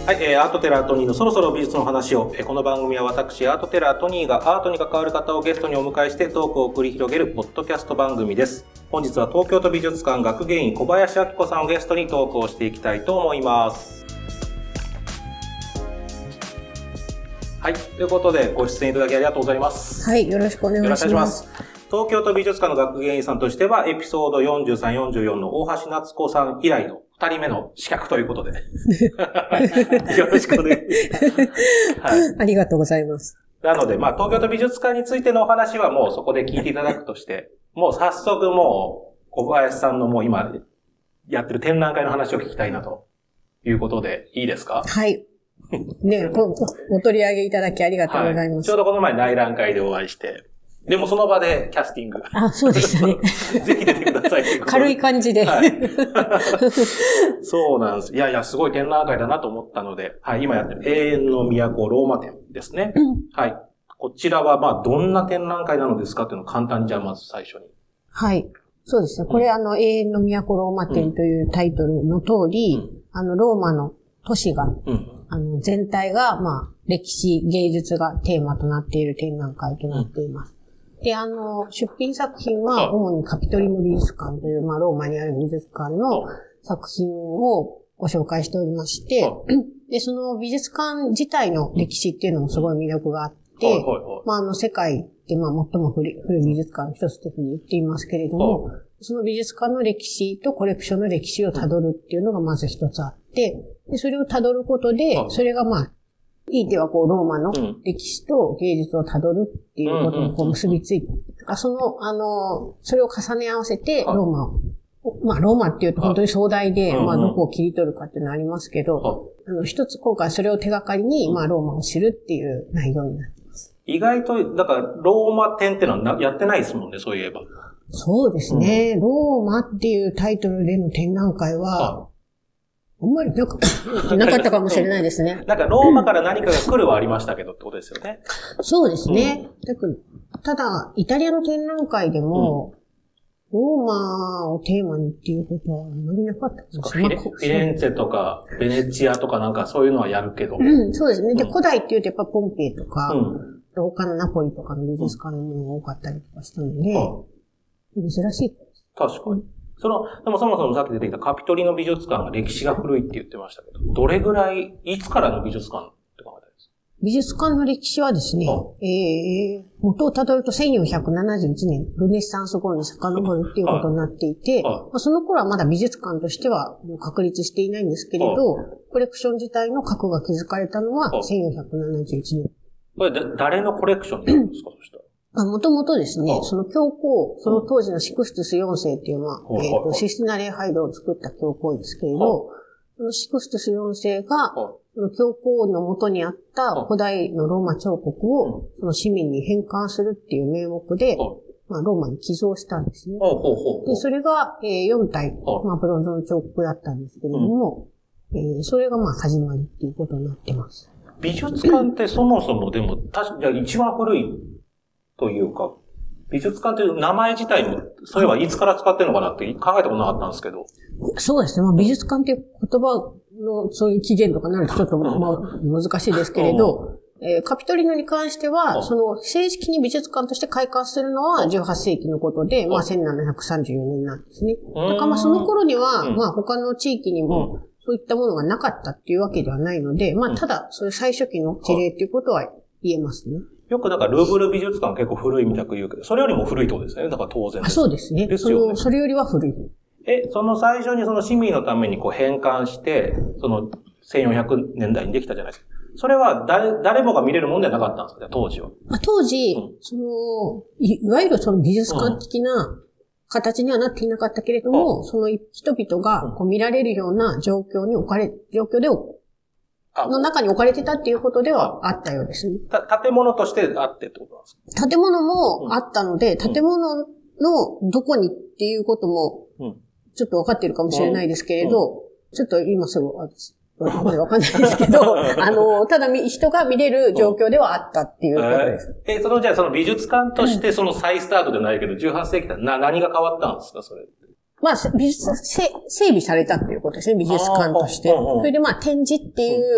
はい、アートテラートニーのそろそろ美術の話を、この番組は私、アートテラートニーがアートに関わる方をゲストにお迎えしてトークを繰り広げるポッドキャスト番組です。本日は東京都美術館学芸員小林明子さんをゲストにトークをしていきたいと思います。はい、ということでご出演いただきありがとうございます。 はい、よろしくお願いします。 東京都美術館の学芸員さんとしてはエピソード43、44の大橋夏子さん以来の2人目の資格ということでよろしくお願いします、 はい、ありがとうございます。 なので、東京都美術館についてのお話はもうそこで聞いていただくとして、もう早速もう小林さんのもう今やってる展覧会の話を聞きたいなということでいいですか？ はい。ね、お取り上げいただきありがとうございます。 はい、ちょうどこの前内覧会でお会いして、でもその場でキャスティング。 あ、そうでしたね。 ぜひ出てください。 軽い感じで。はい、 そうなんです。いやいや、すごい展覧会だなと思ったので、はい、今やってる永遠の都ローマ展ですね。はい。こちらはどんな展覧会なのですかっていうのを簡単にじゃあまず最初に。 はい。そうですね。これ永遠の都ローマ展というタイトルの通り、ローマの都市が、全体が、歴史、芸術がテーマとなっている展覧会となっています。で、出品作品は、主にカピトリノ美術館という、ローマにある美術館の作品をご紹介しておりまして、で、その美術館自体の歴史っていうのもすごい魅力があって、世界で、最も古い美術館の一つというふうに言っていますけれども、その美術館の歴史とコレクションの歴史をたどるっていうのがまず一つあって、で、それをたどることで、それがいいてはローマの歴史と芸術をたどるっていうことに結びついて、それを重ね合わせて、ローマを、ローマっていうと本当に壮大で、どこを切り取るかっていうのはありますけど、一つ今回それを手がかりに、ローマを知るっていう内容になっています。 意外と、だから、ローマ展ってのはやってないですもんね、そういえば。 そうですね。ローマっていうタイトルでの展覧会は、あんまりなかったかもしれないですね。 なんかローマから何かが来るはありましたけどってことですよね。 そうですね。ただ、イタリアの展覧会でも、ローマをテーマにっていうことはあまりなかったかもしれない。 フィレンツェとか、ベネチアとかなんかそういうのはやるけど。 そうですね。で、古代って言うとやっぱポンペイとか、他のナポリとかの美術館のものが多かったりとかしたので、珍しい。 確かに。でもそもそもさっき出てきたカピトリノ美術館が歴史が古いって言ってましたけど、どれぐらい、いつからの美術館って考えたんですか？ 美術館の歴史はですね、元をたどると1471年、ルネッサンス後に遡るっていうことになっていて、その頃はまだ美術館としては確立していないんですけれど、コレクション自体の核が築かれたのは1471年。 これ誰のコレクションなんですか？そしたら。 もともとですね、その教皇、その当時のシクストゥス4世っていうシスティナ礼拝堂を作った教皇ですけれど、そのシクストゥス4世が、その教皇の元にあった古代のローマ彫刻を、その市民に返還するっていう名目で、ローマに寄贈したんですね。で、それが、4体、ブロンズの彫刻だったんですけれども、それが始まりっていうことになってます。 美術館ってそもそもでも、じゃあ一番古いというか、美術館っていう名前自体も、そういえばいつから使ってるのかなって考えたことなかったんですけど。 そうですね。美術館っていう言葉のそういう起源とかなるとちょっと難しいですけれど、カピトリノに関しては、その正式に美術館として開館するのは18世紀のことで、1734年なんですね。だからその頃には、他の地域にもそういったものがなかったっていうわけではないので、ただ、そういう最初期の事例っていうことは言えますね。 よくルーブル美術館結構古いみたく言うけど、それよりも古いってことですね。だから当然です。 そうですね。 ですよね。 それよりは古い。 その最初にその市民のために返還して、その1400年代にできたじゃないですか。それは誰もが見れるもんではなかったんですか、当時は。 当時、いわゆるその美術館的な形にはなっていなかったけれども、その人々が見られるような状況での中に置かれてたっていうことではあったようですね。 建物としてあってってことなんですか？ 建物もあったので、建物のどこにっていうことも、ちょっと分かっているかもしれないですけれど、ちょっと今すぐ、わかんないですけど、ただ人が見れる状況ではあったっていうことです。 じゃあその美術館としてその再スタートじゃないけど、18世紀って何が変わったんですか、それ。 美術、整備されたっていうことですね、美術館として。それで展示っていう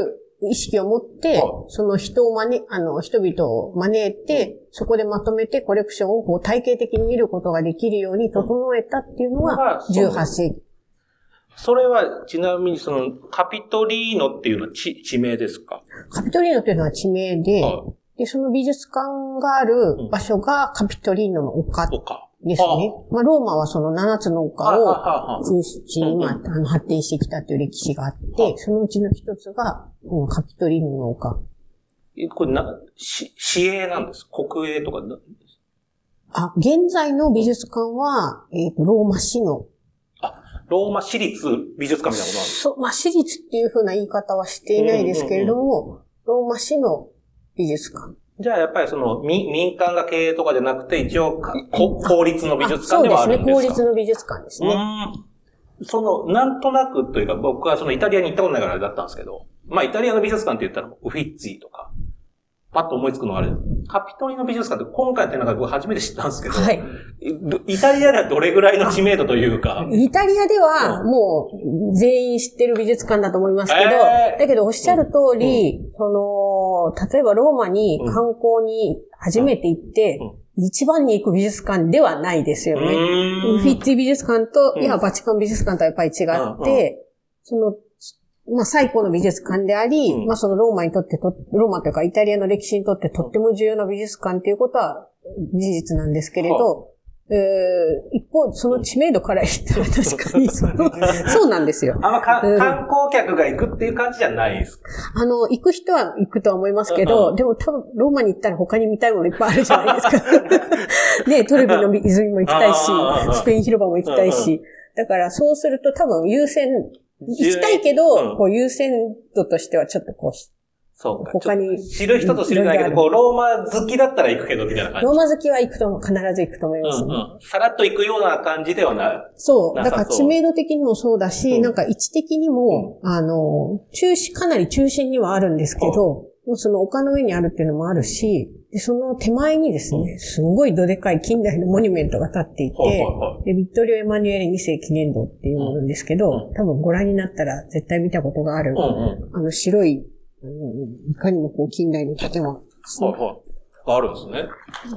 意識を持って、その人々を招いて、そこでまとめてコレクションをこう体系的に見ることができるように整えたっていうのが18世紀。 それは、ちなみにカピトリーノっていうのは地名ですか？ カピトリーノっていうのは地名で、で、その美術館がある場所がカピトリーノの丘ですね。まあ、ローマはその7つの丘を中心に発展してきたという歴史があって、そのうちの一つが、カピトリーノの丘。 これ市営なんですか？国営とか現在の美術館は、ローマ市の。 ローマ市立美術館みたいなことなんですか？ そう、まあ、市立っていう風な言い方はしていないですけれども、ローマ市の美術館。 じゃあやっぱり民間が経営とかじゃなくて、一応公立の美術館ではあるんですか？ そうですね、公立の美術館ですね。 なんとなくというか、僕はイタリアに行ったことないからあれだったんですけど、まあイタリアの美術館って言ったらウフィッツィとか、パッと思いつくのがあれ、カピトリの美術館って今回ってなんか僕初めて知ったんですけど、はい、イタリアではどれぐらいの知名度というか。 イタリアではもう全員知ってる美術館だと思いますけど、だけどおっしゃる通り、例えばローマに観光に初めて行って、一番に行く美術館ではないですよね。ウフィッツィ美術館と、バチカン美術館とはやっぱり違って、まあ、最古の美術館であり、まあ、そのローマというかイタリアの歴史にとってとっても重要な美術館ということは事実なんですけれど、一方、その知名度から言ったら確かにそうなんですよ。 観光客が行くっていう感じじゃないですか？ 行く人は行くとは思いますけど、でも多分ローマに行ったら他に見たいものいっぱいあるじゃないですか。ね、トレビの泉も行きたいし、スペイン広場も行きたいし、だからそうすると多分行きたいけど、こう優先度としてはちょっとそうか。 他に。 知る人と知るないけど、ローマ好きだったら行くけど、みたいな感じ。 ローマ好きは必ず行くと思いますね。 さらっと行くような感じではない。 そう。だから知名度的にもそうだし、なんか位置的にも、かなり中心にはあるんですけど、その丘の上にあるっていうのもあるし、でその手前にですね、すごいどでかい近代のモニュメントが立っていて、でビットリオ・エマニュエレ2世記念堂っていうものなんですけど、多分ご覧になったら絶対見たことがある、白い、いかにも近代の建物ですね。 あるんですね。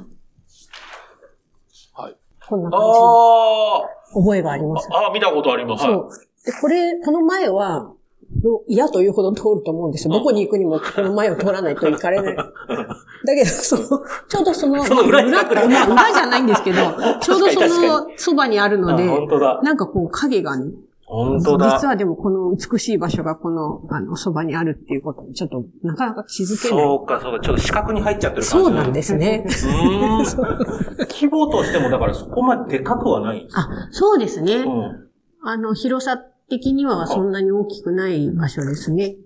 はい。 こんな感じ。覚えがあります。 見たことあります。 そう。で、この前は、嫌というほど通ると思うんですよ。どこに行くにもこの前を通らないと行かれない。だけど、ちょうど裏じゃないんですけど、ちょうどそばにあるので、なんか影がね、 本当だ。 実はでもこの美しい場所がそばにあるっていうことにちょっとなかなか気づけない。 そうか。ちょっと視覚に入っちゃってる感じ。 そうなんですね。 規模としてもだからそこまででかくはないんですか？ そうですね。広さ的にはそんなに大きくない場所ですね。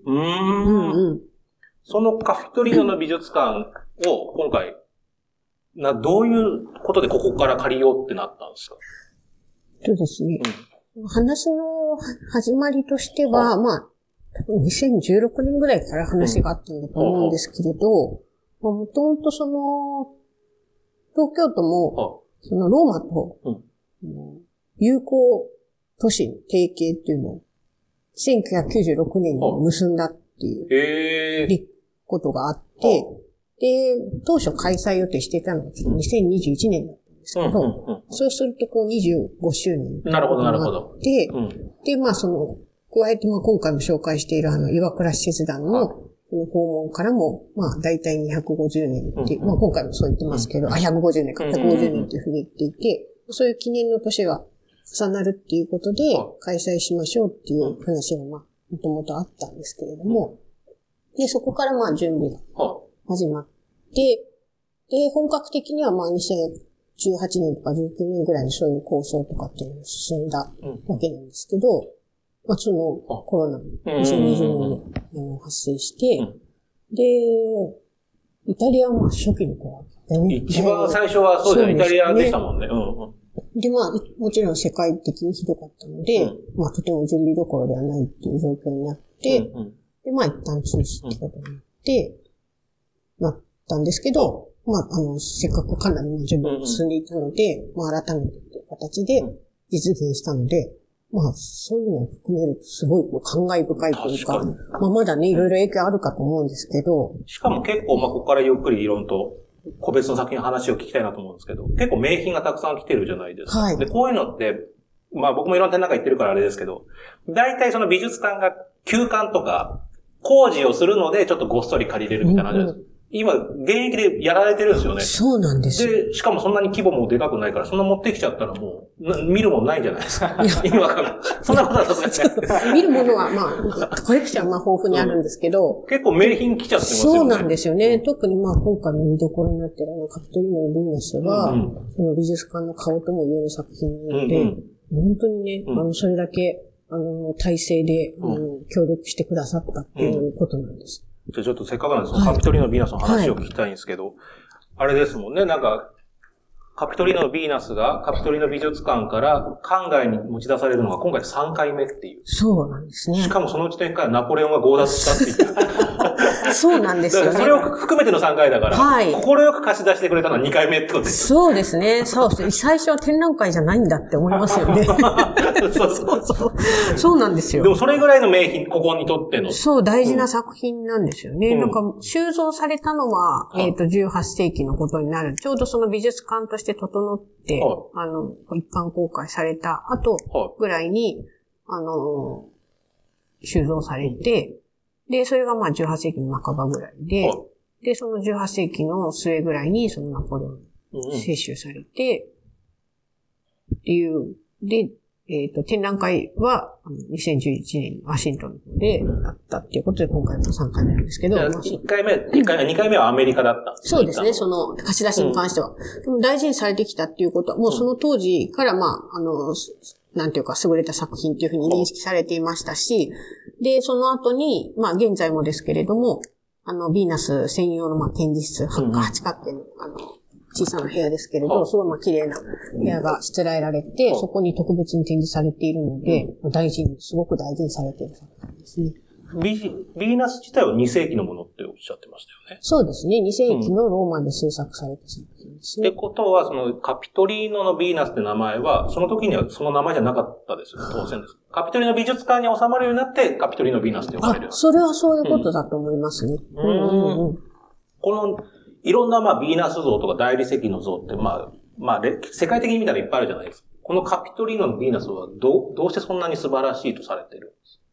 そのカフィトリーノの美術館を今回、どういうことでここから借りようってなったんですか？ そうですね。話の始まりとしては、まあ、2016年ぐらいから話があったんだと思うんですけれど、もともと東京都も、ローマと、友好都市の提携っていうのを、1996年に結んだっていうことがあって、で、当初開催予定していたのが2021年だったんですけど、そうすると25周年なるほど、なるほど。 で、まあ加えて今回も紹介している岩倉使節団の訪問からも、まあ大体250年って、まあ今回もそう言ってますけど、150年か、150年っていうふうに言っていて、そういう記念の年が重なるっていうことで開催しましょうっていう話がもともとあったんですけれども、で、そこからまあ準備が始まって、で、本格的にはまあ2018年とか19年ぐらいにそういう構想とかっていうのが進んだわけなんですけど、まあそのコロナ2020年に発生して、で、イタリアはまあ初期の頃だね。 一番最初はそうですね、イタリアでしたもんね。 で、まあ、もちろん世界的にひどかったので、まあ、とても準備どころではないっていう状況になって、で、まあ、一旦中止ってことになって、なったんですけど、まあ、せっかくかなり準備が進んでいたので、まあ、改めてという形で実現したので、 まあ、そういうのを含めるとすごい感慨深いというか、まあまだね、いろいろ影響あるかと思うんですけど。 しかも結構、まあここからゆっくりいろんと個別の作品の話を聞きたいなと思うんですけど、結構名品がたくさん来てるじゃないですか。 はい。 で、こういうのって、まあ僕もいろんな展覧会行ってるからあれですけど、大体その美術館が休館とか工事をするのでちょっとごっそり借りれるみたいな感じです。今、現役でやられてるんですよね。 そうなんですよ。 で、しかもそんなに規模もでかくないから、そんな持ってきちゃったらもう、見るもんないんじゃないですか。今から。そんなことはさすがに。 見るものは、まあ、コレクションはまあ豊富にあるんですけど。 結構名品来ちゃってますよね。 そうなんですよね。特にまあ今回の見どころになっているカピトリーノのヴィーナスは、その美術館の顔とも言える作品なので、本当にね、それだけ、体制で、協力してくださったっていうことなんです。 じゃあちょっとせっかくなんですけど、カピトリーノのヴィーナスの話を聞きたいんですけど、あれですもんね、なんか、カピトリーノのヴィーナスがカピトリーノ美術館から館外に持ち出されるのが今回3回目っていう。 そうなんですね。 しかもそのうちの1回はナポレオンが強奪したっていう。 そうなんですよね。 それを含めての3回だから、はい。心よく貸し出してくれたのは2回目ってことです。 そうですね。そうですね。最初は展覧会じゃないんだって思いますよね。そうなんですよ。 でもそれぐらいの名品、ここにとっての。 そう、大事な作品なんですよね。なんか、収蔵されたのは、18世紀のことになる。ちょうどその美術館として整って、一般公開された後ぐらいに、収蔵されて、で、それがまあ18世紀の半ばぐらいで、で、その18世紀の末ぐらいにそのナポレオン接収されて、っていう、で、展覧会は2011年にワシントンであったっていうことで今回も3回目なんですけど。 2回目はアメリカだった。 そうですね、その貸し出しに関しては。でも大事にされてきたっていうことは、もうその当時からまあ、なんていうか優れた作品っていうふうに認識されていましたし、で、その後に、まあ現在もですけれども、ヴィーナス専用のまあ展示室、8角形の、小さな部屋ですけれど、すごいまあ綺麗な部屋がしつらえられて、そこに特別に展示されているので、すごく大事にされている作品ですね。 ヴィーナス自体は2世紀のものっておっしゃってましたよね。 そうですね。2世紀のローマで制作された作品ですね。 ってことは、そのカピトリーノのヴィーナスって名前は、その時にはその名前じゃなかったですよね。当然です。カピトリーノ美術館に収まるようになって、カピトリーノヴィーナスって呼ばれる。 それはそういうことだと思いますね。 この、いろんなまあヴィーナス像とか大理石の像ってまあ世界的に見たらいっぱいあるじゃないですか。このカピトリーノのヴィーナスはどうしてそんなに素晴らしいとされてるんですか？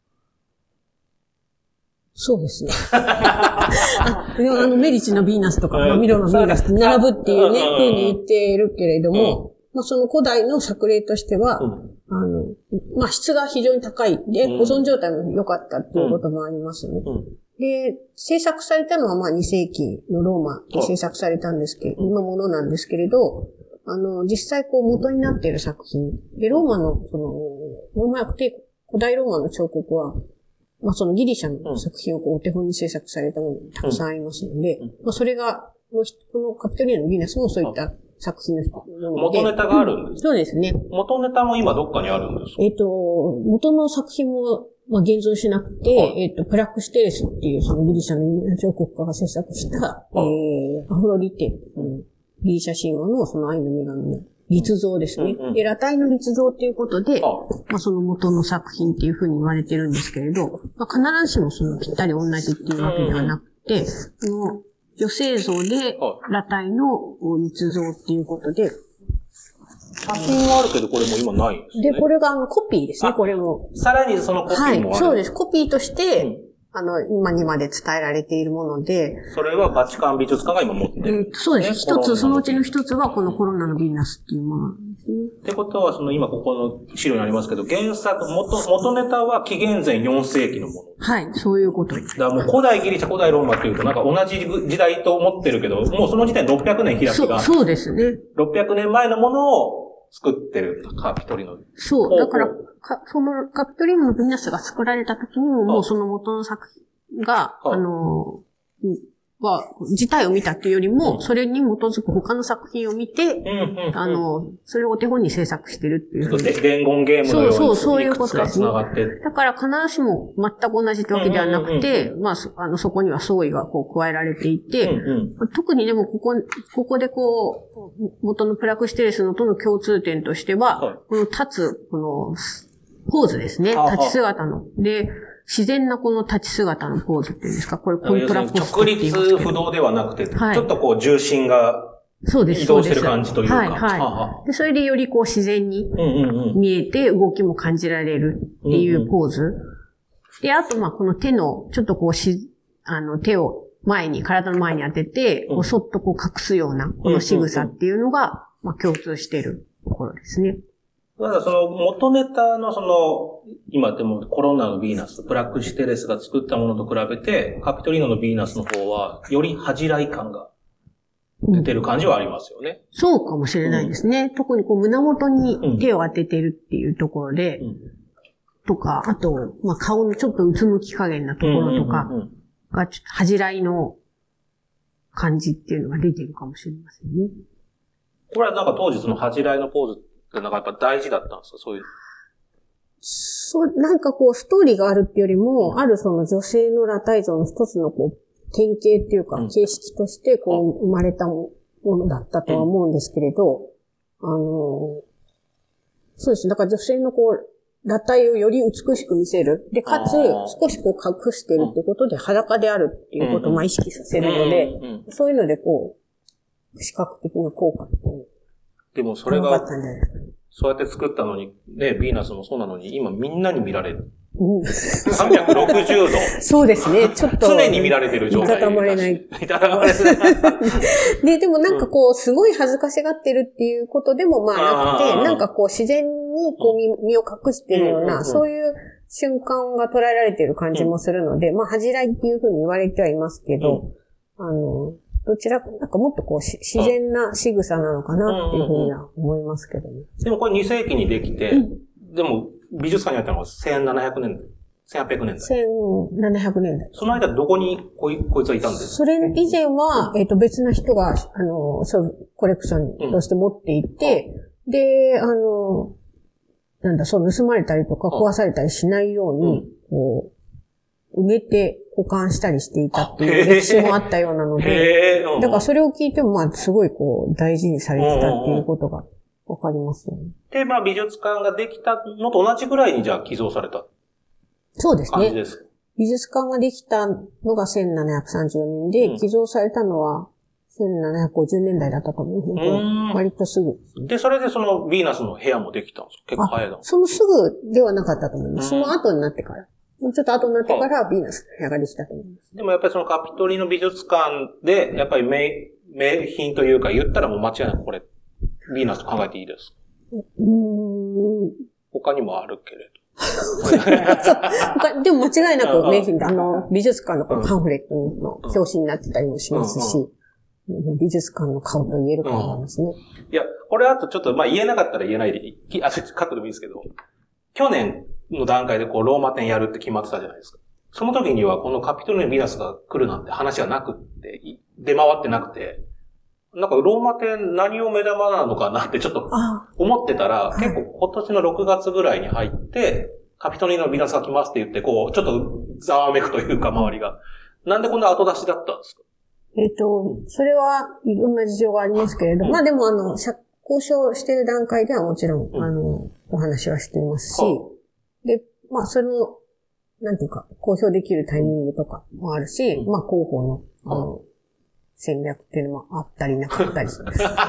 そうですね。メディチのヴィーナスとか、ミロのヴィーナスって並ぶっていうね、風に言っているけれども、まあその古代の作例としては、まあ質が非常に高い。で、保存状態も良かったっていうこともありますね。で、制作されたのはまあ2世紀のローマで制作されたんですけど、のものなんですけれど、実際こう元になっている作品。で、ローマの、ローマ古代ローマの彫刻は、まあそのギリシャの作品をこうお手本に制作されたものがたくさんありますので、まあそれが、このカピトリーノのヴィーナスもそういった作品の元ネタがあるんですか？ そうですね。 元ネタも今どっかにあるんですか？ 元の作品も、まあ、現存しなくて、プラクシテレスっていうそのギリシャの彫刻家が制作した、アフロディテ、ギリシャ神話のその愛の女神の立像ですね。で、裸体の立像っていうことで、まあその元の作品っていうふうに言われてるんですけれど、まあ必ずしもそのぴったり同じっていうわけではなくて、女性像で裸体の立像っていうことで、 写真はあるけど、これも今ないんですね。 で、これがコピーですね、これも。 さらにそのコピーもある。 はい、そうです。コピーとして、今にまで伝えられているもので。 それはバチカン美術館が今持ってる。 そうです。そのうちの一つはこのコロナのヴィーナスっていうものなんですね。 ってことは、今ここの資料にありますけど、原作、元ネタは紀元前4世紀のもの。 はい、そういうことです。 だからもう古代ギリシャ、古代ローマっていうとなんか同じ時代と思ってるけど、もうその時点600年開きが。 そうですね。 600年前のものを作ってるカピトリーノ。 そう。だから、そのカピトリーノのヴィーナスが作られた時にも、もうその元の作品が、自体を見たっていうよりも、それに基づく他の作品を見て、それをお手本に制作してるっていう。 伝言ゲームのようにそういうことですね。 繋がってる。 だから必ずしも全く同じってわけではなくて、まあ、そこには相違がこう加えられていて、特にでもここで元のプラクシテレスのとの共通点としては、この立つ、 ポーズですね。 はあはあ立ち姿の。で、自然なこの立ち姿のポーズっていうんですか、これコントラポストって言いますけど。 直立不動ではなくて、 はい、 ちょっとこう重心がそうです、 移動してる感じというか。 はい、はい。で、それでよりこう自然に見えて動きも感じられるっていうポーズ。で、あと、まあ、この手の、ちょっとこう手を前に、体の前に当てて、こうそっとこう隠すような、この仕草っていうのが、まあ、共通しているところですね。 ただその元ネタの今でもコロナのヴィーナス、ブラックジテレスが作ったものと比べて、カピトリーノのヴィーナスの方は、より恥じらい感が出てる感じはありますよね。 そうかもしれないですね。特にこう胸元に手を当ててるっていうところで、とか、あと、まあ、顔のちょっとうつむき加減なところとかが、ちょっと恥じらいの感じっていうのが出てるかもしれませんね。 これはなんか当時その恥じらいのポーズってなんかやっぱ大事だったんですか、そういう。 なんかこうストーリーがあるっていうよりも、あるその女性の裸体像の一つのこう、典型っていうか、形式としてこう生まれたものだったとは思うんですけれど、そうですね。だから女性のこう、裸体をより美しく見せる。で、かつ、少しこう隠してるってことで裸であるっていうことをまあ意識させるので、そういうのでこう、視覚的な効果っていう。 でもそれが、そうやって作ったのに、ね、ヴィーナスもそうなのに、今みんなに見られる。360度。 そうですね。ちょっと。 常に見られてる状態。 いたたまれない。 いたたまれない。 でもなんかこう、すごい恥ずかしがってるっていうことでもまあなくて、なんかこう、自然にこう身を隠してるような、そういう瞬間が捉えられている感じもするので、まあ恥じらいっていうふうに言われてはいますけど、どちらか、なんかもっとこう、自然な仕草なのかなっていうふうには思いますけどね。 でもこれ2世紀にできて、でも美術館にあったのは1700年代。1800年代。 1700年代。 その間どこにこいつはいたんですか？ それ以前は、別な人が、コレクションとして持っていて、で、盗まれたりとか壊されたりしないように、こう、埋めて保管したりしていたっていう歴史もあったようなので、だからそれを聞いても、まあ、すごいこう、大事にされてたっていうことがわかりますよね。 で、まあ、美術館ができたのと同じぐらいにじゃあ寄贈された。 そうですね。 感じです。 美術館ができたのが1730年で、寄贈されたのは1750年代だったと思う。割とすぐ。 で、それでそのヴィーナスの部屋もできたんですか？結構早いだ。 そのすぐではなかったと思います。その後になってから。もうちょっと後になってからヴィーナスの部屋ができたと思います。 でもやっぱりそのカピトリの美術館で、やっぱり名品というか言ったらもう間違いなくこれ、ヴィーナスと考えていいです。他にもあるけれど。 でも間違いなく名品で、美術館のパンフレットの表紙になってたりもしますし、美術館の顔と言えるかもしれないですね。 いや、これあとちょっと、まあ言えなかったら言えないで、カットでもいいですけど、去年の段階でこうローマ展やるって決まってたじゃないですか。その時にはこのカピトリのヴィーナスが来るなんて話はなくって、出回ってなくて、なんかローマ展何を目玉なのかなってちょっと思ってたら、結構今年の6月ぐらいに入って、カピトリのヴィーナスが来ますって言って、こう、ちょっとざわめくというか周りが。なんでこんな後出しだったんですか？ それはいろんな事情がありますけれど、まあでも交渉している段階ではもちろん、お話はしていますし、で、まあその、なんていうか、公表できるタイミングとかもあるし、まあ広報の、戦略っていうのもあったりなかったり。じ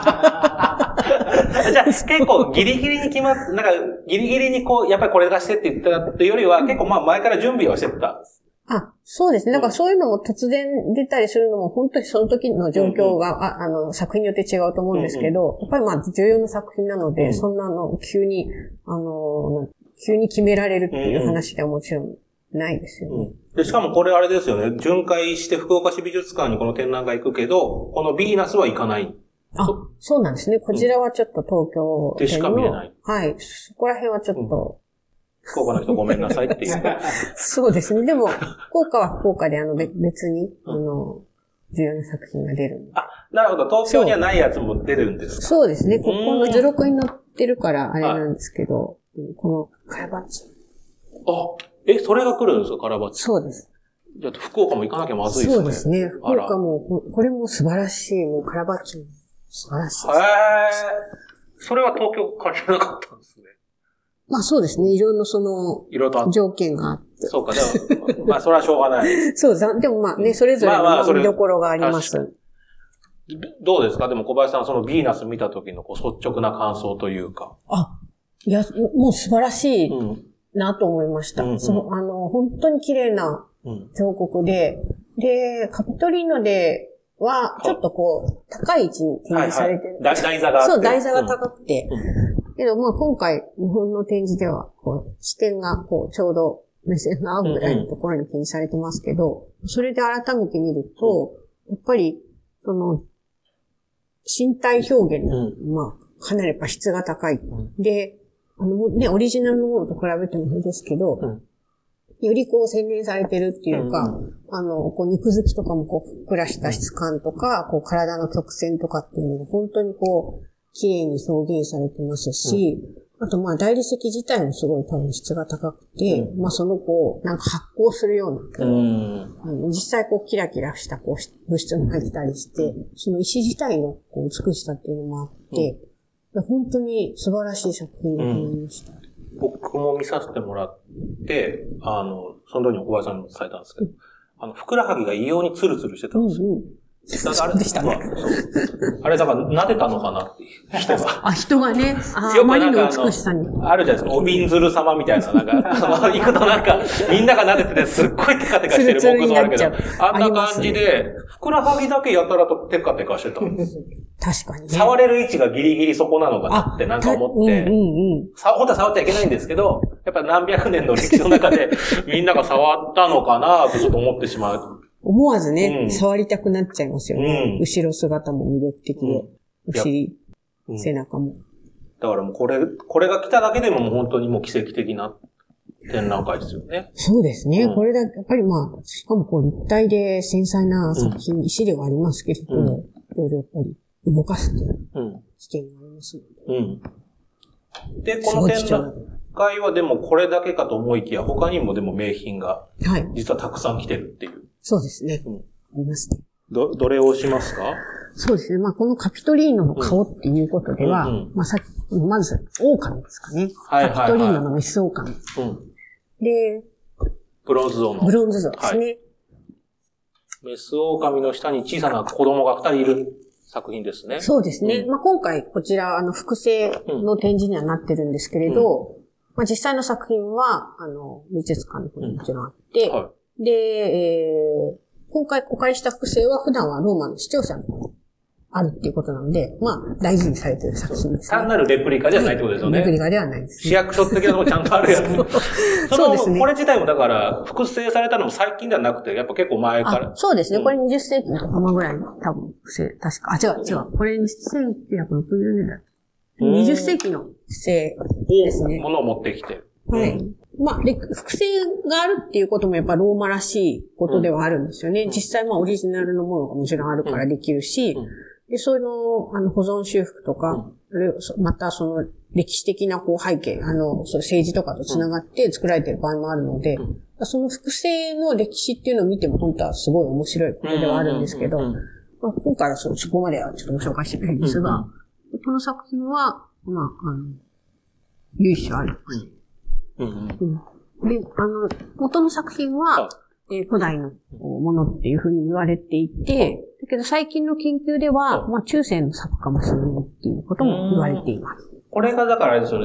ゃあ結構ギリギリに決まっ、なんかギリギリにこう、やっぱりこれ出してって言ったっていうよりは、結構まあ前から準備はしてた。 そうですね。だからそういうのも突然出たりするのも本当にその時の状況が、作品によって違うと思うんですけど、やっぱりまあ重要な作品なので、そんな急に決められるっていう話ではもちろんないですよね。 で、しかもこれあれですよね。巡回して福岡市美術館にこの展覧会行くけど、このヴィーナスは行かない。 そうなんですね。こちらはちょっと東京でしか見れない。 はい。そこら辺はちょっと、 福岡の人ごめんなさいっていう。 そうですね。でも、福岡は福岡で別に、重要な作品が出る。 なるほど。東京にはないやつも出るんですか？ そうですね。ここの図録に載ってるからあれなんですけど、このカラバッチ。 それが来るんですか？カラバッチ。 そうです。 じゃあ福岡も行かなきゃまずいですね。 そうですね。福岡も、これも素晴らしい。もうカラバッチも素晴らしい。 それは東京からじゃなかったんですね。 まあそうですね。いろんなその、条件があって。 そうか、でも、まあそれはしょうがない。 そうだ。でもまあね、それぞれの見どころがあります。 どうですか？でも小林さん、そのヴィーナス見た時のこう率直な感想というか。 いや、もう素晴らしいなと思いました。本当に綺麗な彫刻で、で、カピトリーノでは、ちょっとこう、高い位置に展示されてる。 台座があって。 そう、台座が高くて。けど、まあ今回、日本の展示では、こう、視点がこう、ちょうど目線が合うぐらいのところに展示されてますけど、それで改めて見ると、やっぱり、その、身体表現の、まあ、かなりやっぱ質が高い。で、オリジナルのものと比べてもいいですけど、よりこう洗練されてるっていうか、こう肉付きとかもこうふっくらした質感とか、こう体の曲線とかっていうのが本当にこう、綺麗に表現されてますし、あとまあ大理石自体もすごい多分質が高くて、まあそのこう、なんか発光するような、実際こうキラキラしたこう物質も入ってたりして、その石自体のこう美しさっていうのもあって、本当に素晴らしい作品だと思いました。 僕も見させてもらって、その時に小林さんにも伝えたんですけど、ふくらはぎが異様にツルツルしてたんですよ。 あれでしたね。 あれだから撫でたのかなっていう人が。 人がね、あまりの美しさに。 あるじゃないですか、おびんずる様みたいな、なんか、行くとなんか、みんなが撫でててすっごいテカテカしてる木像あるけど、あんな感じで、ふくらはぎだけやたらとテカテカしてたんです。 確かにね。 触れる位置がギリギリそこなのかなってなんか思って、本当は触っちゃいけないんですけど、やっぱり何百年の歴史の中でみんなが触ったのかなとちょっと思ってしまう。 思わずね、触りたくなっちゃいますよね。後ろ姿も魅力的で、お尻、背中も。 だからもうこれが来ただけでももう本当にもう奇跡的な展覧会ですよね。 そうですね。これだけ、やっぱりまあ、しかもこう立体で繊細な作品、石ではありますけれど、いろいろやっぱり動かすという危険がありますので。 で、この展覧会はでもこれだけかと思いきや、他にもでも名品が、実はたくさん来てるっていう。 そうですね。ありますね。 どれを押しますか？ そうですね。まあ、このカピトリーノの顔っていうことでは、まず、狼ですかね。カピトリーノのメス狼。で、 ブロンズ像の。 ブロンズ像ですね。 メス狼の下に小さな子供が2人いる作品ですね。 そうですね。まあ、今回、こちら、複製の展示にはなってるんですけれど、まあ、実際の作品は、美術館の方にもちろんあって、で、今回公開した複製は普段はローマの市庁舎の方にあるっていうことなので、まあ、大事にされている作品です、ね。 単なるレプリカではないってことですよね。 レプリカではないです、ね。 市役所的なのもちゃんとあるやつ。 そうですね。 これ自体もだから、複製されたのも最近ではなくて、やっぱ結構前から。 そうですね。これ20世紀の頭ぐらいの多分、確か。違う。これ1960年代。20世紀の製ですね。 ものを持ってきて。 はい。まあ、複製があるっていうこともやっぱローマらしいことではあるんですよね。実際まあオリジナルのものがもちろんあるからできるし、で、そういうの、保存修復とか、またその歴史的なこう背景、そう政治とかと繋がって作られている場合もあるので、その複製の歴史っていうのを見ても本当はすごい面白いことではあるんですけど、まあ、今回はそこまではちょっとご紹介してないんですが、この作品は、まあ、由緒あります。で、元の作品は、古代のものっていうふうに言われていて、だけど最近の研究では、まあ中世の作かもしれないっていうことも言われています。 これがだからあれですよね、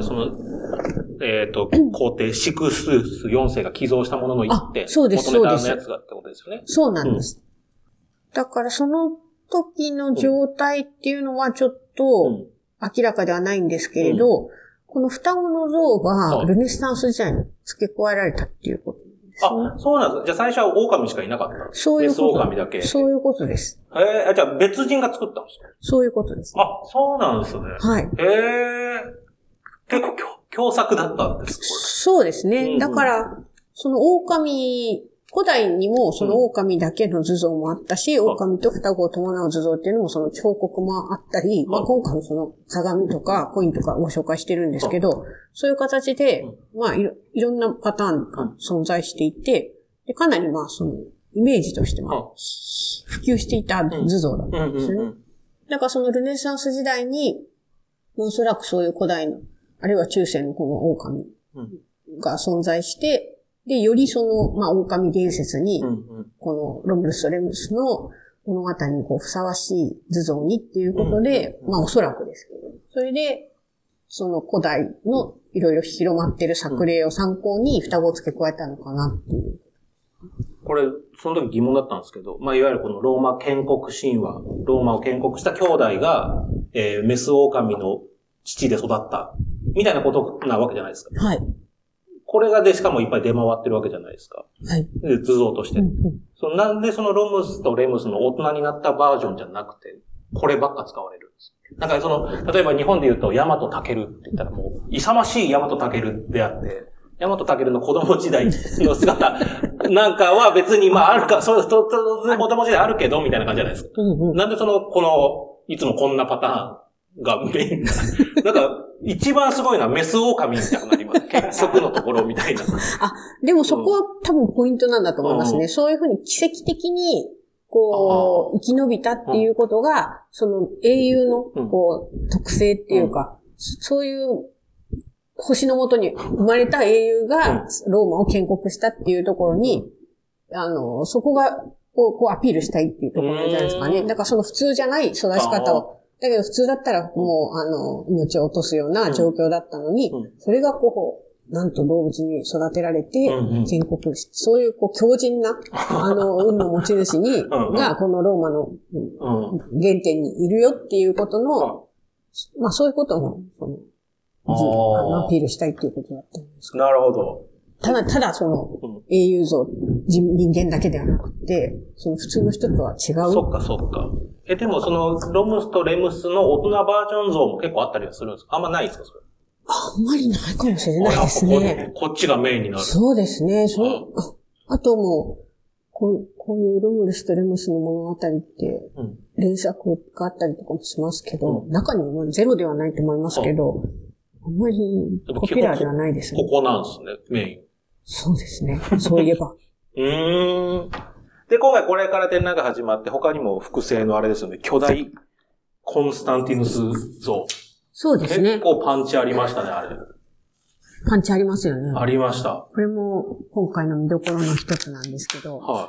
皇帝シクス4世が寄贈したものの一点。 そうです、 そうです。元ネタのやつだってことですよね。 そうなんです。だからその時の状態っていうのはちょっと明らかではないんですけれど、この双子の像がルネサンス時代に付け加えられたっていうことですね。 そうなんです。じゃあ最初は狼しかいなかった。 そういうこと。 メス狼だけ。 そういうことです。 じゃあ別人が作ったんですか？ そういうことです、ね。 そうなんですね。 はい。 結構共作だったんですか？ そうですね。だから、その古代にもその狼だけの図像もあったし、狼と双子を伴う図像っていうのもその彫刻もあったり、まあ今回もその鏡とかコインとかご紹介してるんですけど、そういう形で、まあいろんなパターンが存在していて、でかなりまあそのイメージとしても普及していた図像だったんですよね。だからそのルネサンス時代に、おそらくそういう古代のあるいは中世のこの狼が存在して、で、よりその、まあ、狼伝説に、このロムルスとレムスの物語にこうふさわしい図像にっていうことで、まあ、おそらくですけど、それで、その古代のいろいろ広まってる作例を参考に双子を付け加えたのかなっていう。 これ、その時疑問だったんですけど、まあ、いわゆるこのローマ建国神話、ローマを建国した兄弟が、メス狼の父で育った、みたいなことなわけじゃないですか。 はい。 これがで、しかもいっぱい出回ってるわけじゃないですか。 はい。 図像として。なんでそのロムスとレムスの大人になったバージョンじゃなくて、こればっか使われるんです。なんかその、例えば日本で言うと、大和武って言ったらもう、勇ましい大和武であって、大和武の子供時代の姿なんかは別に、まああるか、そう、子供時代あるけど、みたいな感じじゃないですか。なんでいつもこんなパターンがメインなんか、一番すごいのはメス狼みたいになります。結束のところみたいな。 でもそこは多分ポイントなんだと思いますね。そういうふうに奇跡的に、こう、生き延びたっていうことが、その英雄の、こう、特性っていうか、そういう星の下に生まれた英雄がローマを建国したっていうところに、そこが、こうアピールしたいっていうところじゃないですかね。だからその普通じゃない育ち方を、だけど普通だったらもう、命を落とすような状況だったのに、それがこう、なんと動物に育てられて、建国し、そういうこう強靭な、運の持ち主がこのローマの原点にいるよっていうことの、まあそういうことも、アピールしたいっていうことだったんですか。 なるほど。 ただその、英雄像、人間だけではなくて、その普通の人とは違う。 そっか。でもその、ロムスとレムスの大人バージョン像も結構あったりはするんですか？あんまないですか、それ。 あんまりないかもしれないですね。 こっちがメインになる。 そうですね。あともう、こういうロムルスとレムスの物語って、連作があったりとかもしますけど、中にはゼロではないと思いますけど、あんまりポピュラーではないですね。 ここなんですね、メイン。 そうですね。そういえば。 で、今回これから展覧が始まって、他にも複製のあれですよね、巨大コンスタンティヌス像。 そうですね。 結構パンチありましたね、あれ。 パンチありますよね。 ありました。 これも今回の見どころの一つなんですけど。 はい。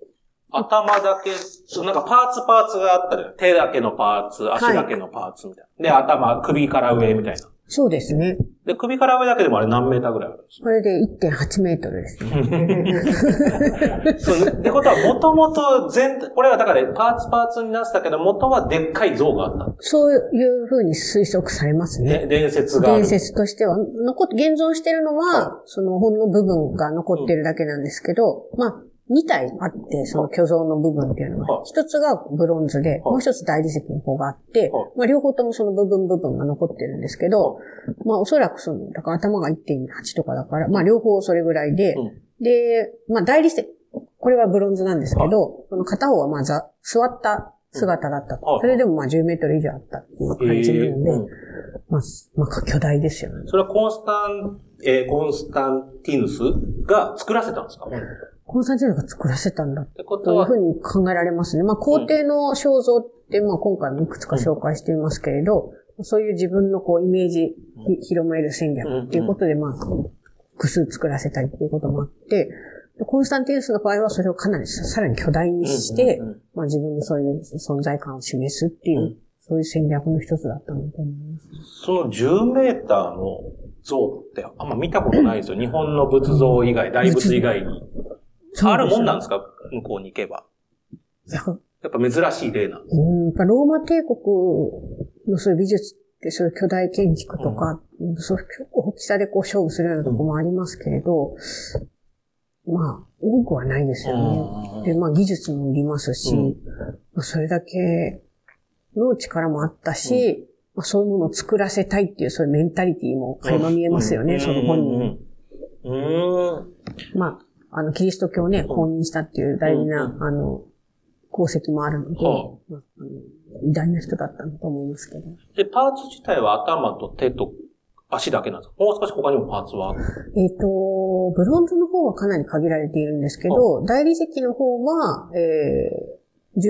頭だけ、なんかパーツがあったり、手だけのパーツ、足だけのパーツみたいな。で、首から上みたいな。 そうですね。 で、首から上だけでもあれ何メーターぐらいあるんですか？ これで 1.8 メートルですね。 そうってことは、もともとこれはだからパーツになってたけど、元はでっかい像があった。 そういうふうに推測されますね。 伝説がある。 伝説としては、現存してるのは、そのほんの部分が残ってるだけなんですけど、まあ、2体あって、その巨像の部分っていうのが、一つがブロンズで、もう一つ大理石の方があって、まあ両方ともその部分が残ってるんですけど、まあおそらくだから頭が 1.8 とかだから、まあ両方それぐらいで、で、まあ大理石、これはブロンズなんですけど、その片方はまあ座った姿だったと。それでもまあ10メートル以上あったっていう感じなので、まあ巨大ですよね。 それはコンスタンティヌスが作らせたんですか？ コンスタンティヌスが作らせたんだというふうに考えられますね。まあ皇帝の肖像ってまあ今回もいくつか紹介していますけれど、そういう自分のこうイメージ広める戦略っていうことでまあ複数作らせたりっていうこともあって、コンスタンティヌスの場合はそれをかなりさらに巨大にして、まあ自分のそういう存在感を示すっていう、そういう戦略の一つだったのと思います。 その10メーターの像ってあんま見たことないですよ。日本の仏像以外、大仏以外に。あるもんなんですか？向こうに行けば。やっぱ珍しい例なんです。 やっぱローマ帝国のそういう美術ってそういう巨大建築とか、そういう結構大きさでこう勝負するようなとこもありますけれど、まあ、多くはないですよね。で、まあ技術もいりますし、まあ、それだけの力もあったし、まあ、そういうものを作らせたいっていうそういうメンタリティも垣間見えますよね、その本人。まあ、キリスト教をね、公認したっていう大事な、功績もあるので、偉大な人だったんだと思いますけど。 で、パーツ自体は頭と手と足だけなんですか？もう少し他にもパーツは？ ブロンズの方はかなり限られているんですけど、大理石の方は、10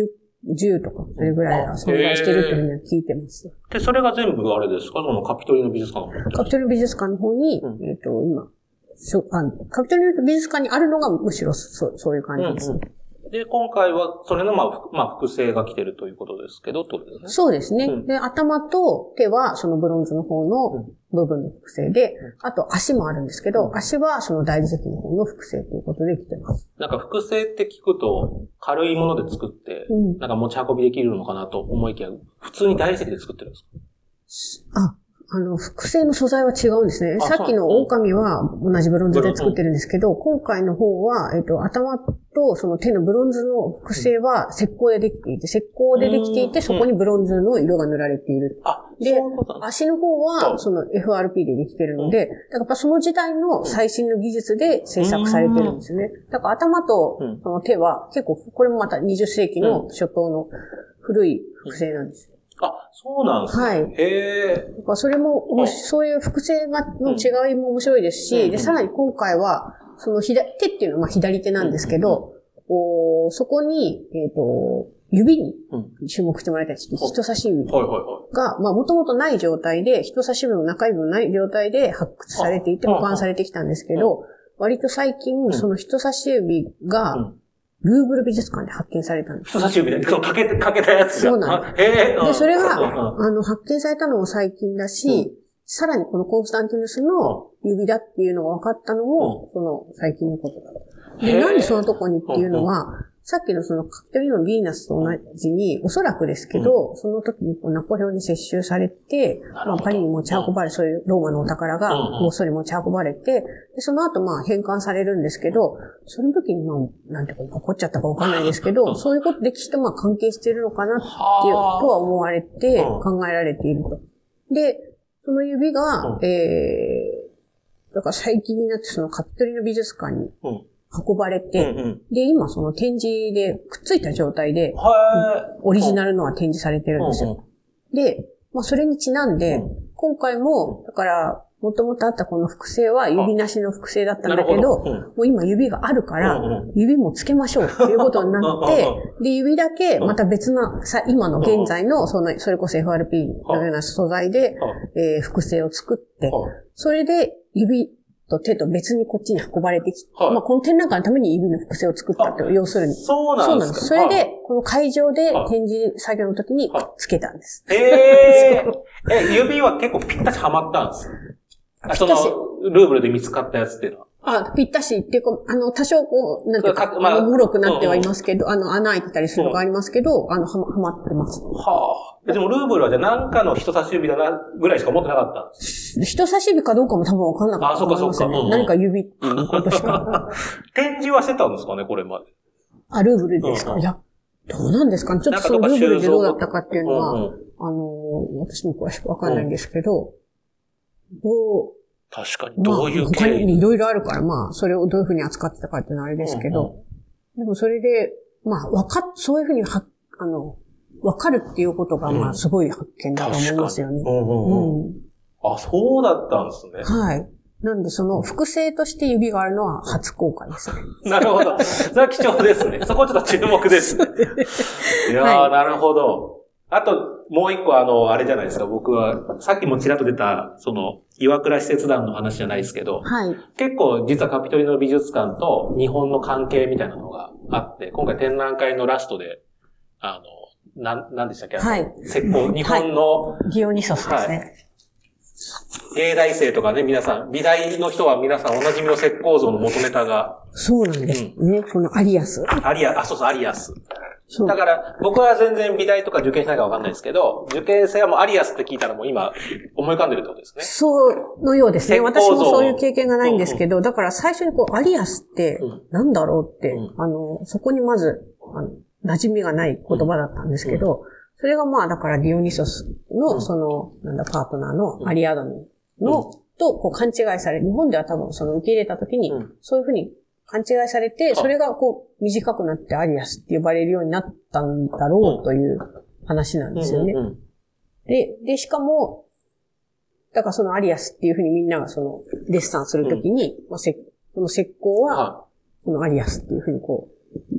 10とか、それぐらい存在してるというふうには聞いてます。 で、それが全部あれですか？そのカピトリの美術館の方？ カピトリの美術館の方に、今、カピトリの美術館にあるのがむしろそういう感じですね。 で、今回は、それの、複製が来てるということですけど、ってことですね。 そうですね。で、頭と手は、そのブロンズの方の部分の複製で、あと足もあるんですけど、足はその大理石の方の複製ということで来てます。 なんか複製って聞くと、軽いもので作って、なんか持ち運びできるのかなと思いきや、普通に大理石で作ってるんですか？ 複製の素材は違うんですね。さっきの狼は同じブロンズで作ってるんですけど、今回の方は、頭とその手のブロンズの複製は石膏でできていて、そこにブロンズの色が塗られている。で、足の方は、その FRP でできてるので、だからその時代の最新の技術で制作されてるんですよね。だから頭とその手は結構、これもまた20世紀の初頭の古い複製なんですよ。 そうなんですね。 はい。それも、そういう複製の違いも面白いですし、で、さらに今回は、その手っていうのは左手なんですけど、そこに、指に注目してもらいたいんです。人差し指が、もともとない状態で、人差し指の中指のない状態で発掘されていて保管されてきたんですけど、割と最近、その人差し指が、ルーブル美術館で発見されたんです。 人差し指で、かけたやつそうなんです。で、それが、発見されたのも最近だし、さらにこのコンスタンティヌスの指だっていうのが分かったのも、その最近のことだと。で、なんでそのとこにっていうのは、さっきのそのカピトリのヴィーナスと同じに、おそらくですけど、その時にナポレオンに接収されて、パリに持ち運ばれ、そういうローマのお宝が、それ持ち運ばれて、でその後返還されるんですけど、その時になんていうか、起こっちゃったかわかんないですけど、そういうこと、歴史と関係しているのかなっていう、とは思われて、考えられていると。で、その指が、だから最近になってそのカピトリの美術館に、運ばれて、で、今その展示でくっついた状態で、オリジナルのは展示されてるんですよ。で、それにちなんで、今回も、だから、もともとあったこの複製は指なしの複製だったんだけど、もう今指があるから、指もつけましょうっていうことになって、で、指だけまた別な、今の現在の、それこそ FRP のような素材で、複製を作って、それで指と手と別にこっちに運ばれてきて、この展覧会のために指の複製を作ったと、要するに。 そうなんですか。 それで、この会場で展示作業の時につけたんです。 指は結構ぴったしはまったんですその、ルーブルで見つかったやつっていうのは。 ぴったしっていうか、多少なんていうか、もろくなってはいますけど、穴開いてたりするのがありますけど、はまってます。 でもルーブルはじゃあ何かの人差し指だな、ぐらいしか思ってなかった。 人差し指かどうかも多分わかんなかったと思いますよね。何か指っていうことしか。 展示はしてたんですかね、これまで。 ルーブルですか。いや、どうなんですかね。ちょっとそのルーブルでどうだったかっていうのは、私も詳しくわかんないんですけど、 確かに、どういう経緯他にいろいろあるから、それをどういうふうに扱ってたかっていうのはあれですけど、でもそれで、そういうふうにわかるっていうことが、すごい発見だと思いますよね。 そうだったんですね。 はい。なんで、その複製として指があるのは初公開ですね。 なるほど。それは貴重ですね。そこちょっと注目ですね。いやー、なるほど。あと、もう一個あれじゃないですか、僕は、さっきもちらっと出た、岩倉使節団の話じゃないですけど、結構実はカピトリの美術館と日本の関係みたいなのがあって、今回展覧会のラストで、何でしたっけ石膏、日本の、 ディオニソスですね。 芸大生とかね、皆さん、美大の人は皆さんおなじみの石膏像の元ネタが。 そうなんですね。このアリアス。 アリアス。だから、僕は全然美大とか受験しないかわかんないですけど、受験生はもうアリアスって聞いたらもう今、思い浮かんでるってことですね。 そうのようですね。私もそういう経験がないんですけど、だから最初にアリアスって何だろうって、そこにまず、馴染みがない言葉だったんですけど、それがだからディオニソスの、パートナーのアリアドニの、と、勘違いされ、日本では多分受け入れた時に、そういうふうに勘違いされて、それが短くなってアリアスって呼ばれるようになったんだろうという話なんですよね。で、しかも、だからそのアリアスっていうふうにみんながデッサンするときに、この石膏は、このアリアスっていうふうに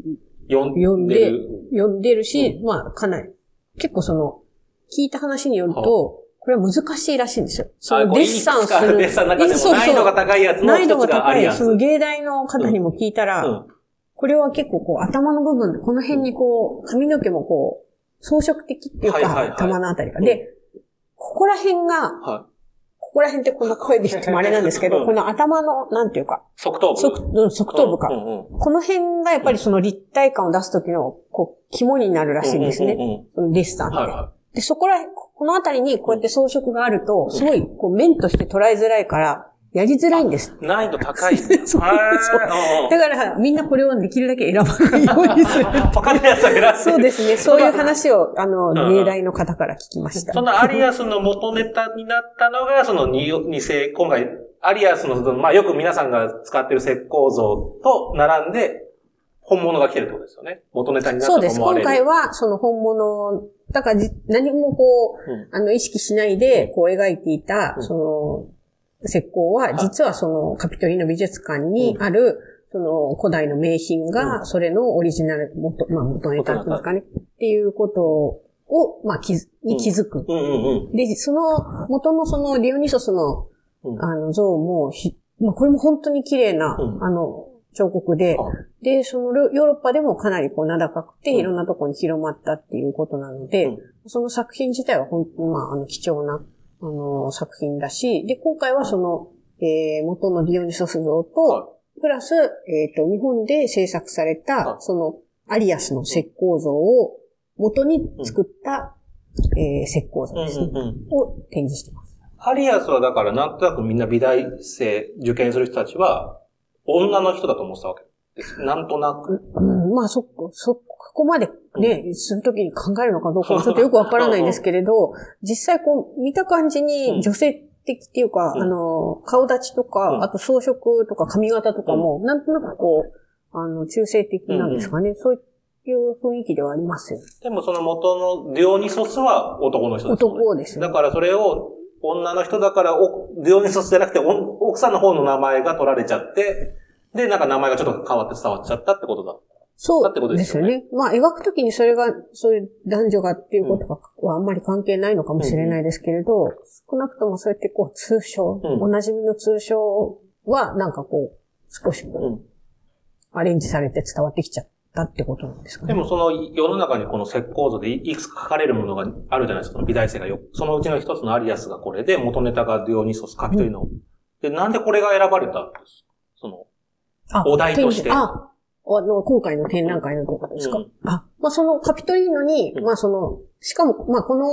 読んでるし、まあ、かなり、結構聞いた話によると、これは難しいらしいんですよ。そのデッサンする。 デッサンの中でも難易度が高いやつの一つがアリアス。 その芸大の方にも聞いたら、これは結構頭の部分、この辺に髪の毛も装飾的っていうか、頭のあたりが。で、ここら辺が、ここら辺ってこの声で言ってもあれなんですけど、この頭の、なんていうか。 側頭部か。この辺がやっぱりその立体感を出すときの、肝になるらしいんですね。デッサンで。で、このあたりにこうやって装飾があると、すごい、面として捉えづらいから、やりづらいんです。 難易度高い。 そう。だから、みんなこれをできるだけ選ばないようにする。 わかるやつを選ぶ。 そうですね。そういう話を、芸大の方から聞きました。 そのアリアスの元ネタになったのが、その今回、アリアスの、まあよく皆さんが使ってる石膏像と並んで、本物が来てるってことですよね。元ネタになったと思われる。 そうです。今回は、その本物、だから何も意識しないで、描いていた、石膏は、実はカピトリーノ美術館にある、古代の名品が、それのオリジナル、元ネタっていうんですかね。っていうことを、に気づく。で、元のディオニソスの、像も、これも本当に綺麗な、彫刻で、で、ヨーロッパでもかなり名高くて、いろんなところに広まったっていうことなので、その作品自体は本当に貴重な、作品だし、で、今回は元のディオニソス像と、プラス、日本で制作された、アリアスの石膏像を元に作った、石膏像ですね、を展示しています。 アリアスはだからなんとなくみんな美大生受験する人たちは、女の人だと思ってたわけです。なんとなく。 そこまでね、するときに考えるのかどうかもちょっとよくわからないんですけれど、実際見た感じに女性的っていうか、顔立ちとか、あと装飾とか髪型とかも、なんとなく中性的なんですかね。そういう雰囲気ではありますよ。 でもその元のディオニソスは男の人ですよね。 男ですね。 だからそれを、女の人だから、ディオニソスじゃなくて、奥さんの方の名前が取られちゃって、で、なんか名前がちょっと変わって伝わっちゃったってことだ。 そうですよね。描くときにそれが、そういう男女がっていうことはあんまり関係ないのかもしれないですけれど、少なくともそうやって通称、おなじみの通称は、なんか少しアレンジされて伝わってきちゃったってことなんですかね。 でも世の中にこの石膏像でいくつか書かれるものがあるじゃないですか、美大生がよく。そのうちの一つのアリアスがこれで、元ネタがディオニソス、カピトリーノ。で、なんでこれが選ばれたんですか？お題として。 今回の展覧会のところですか？そのカピトリーノに、しかも、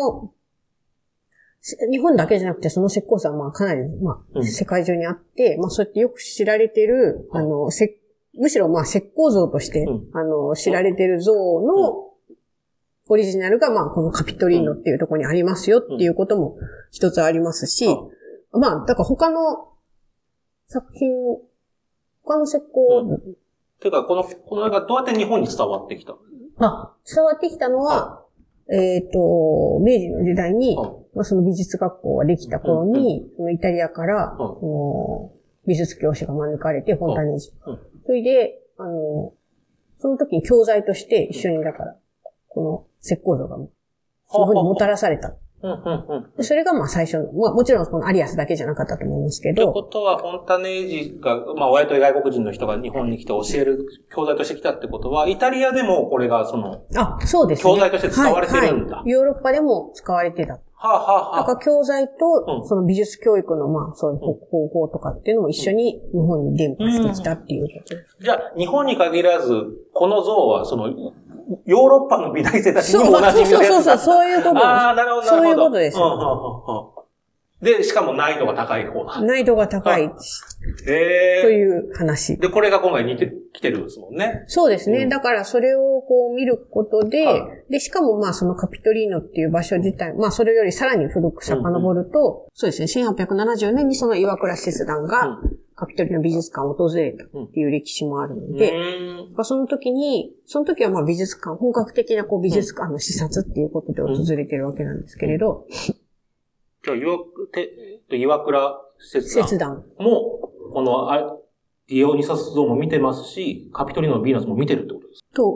日本だけじゃなくて、その石膏像はかなり、世界中にあって、そうやってよく知られてる、むしろ石膏像として、知られてる像のオリジナルが、このカピトリーノっていうところにありますよっていうことも一つありますし、だから他の作品、他の石膏、 ていうか、この絵がどうやって日本に伝わってきたの？ 伝わってきたのは、明治の時代に、その美術学校ができた頃に、イタリアから、美術教師が招かれて、フォンタネージ。それで、その時に教材として一緒に、だから、この石膏像が、そういうふうにもたらされた。それが最初の、もちろんこのアリアスだけじゃなかったと思いますけど。 ということは、フォンタネージが、割と外国人の人が日本に来て教える教材として来たってことは、イタリアでもこれがそうですね。 教材として使われてるんだ。 ヨーロッパでも使われてた。だから教材と、その美術教育の、そういう方法とかっていうのも一緒に日本に伝播してきたっていうことです。 じゃあ、日本に限らず、この像は、ヨーロッパの美大生たちにも同じみのやつだった。 そういうことです。 なるほど。 そういうことです。 で、しかも難易度が高い方だ。 難易度が高い。という話。 で、これが今回来てるんですもんね。 そうですね。だからそれを見ることで、で、しかもそのカピトリーノっていう場所自体、それよりさらに古く遡ると、そうですね、1870年にその岩倉使節団が、カピトリーノ美術館を訪れたっていう歴史もあるので、その時は美術館、本格的な美術館の視察っていうことで訪れてるわけなんですけれど、 じゃあ、岩倉使団も、このディオニソス像も見てますし、カピトリーノのヴィーナスも見てるってことですか？ と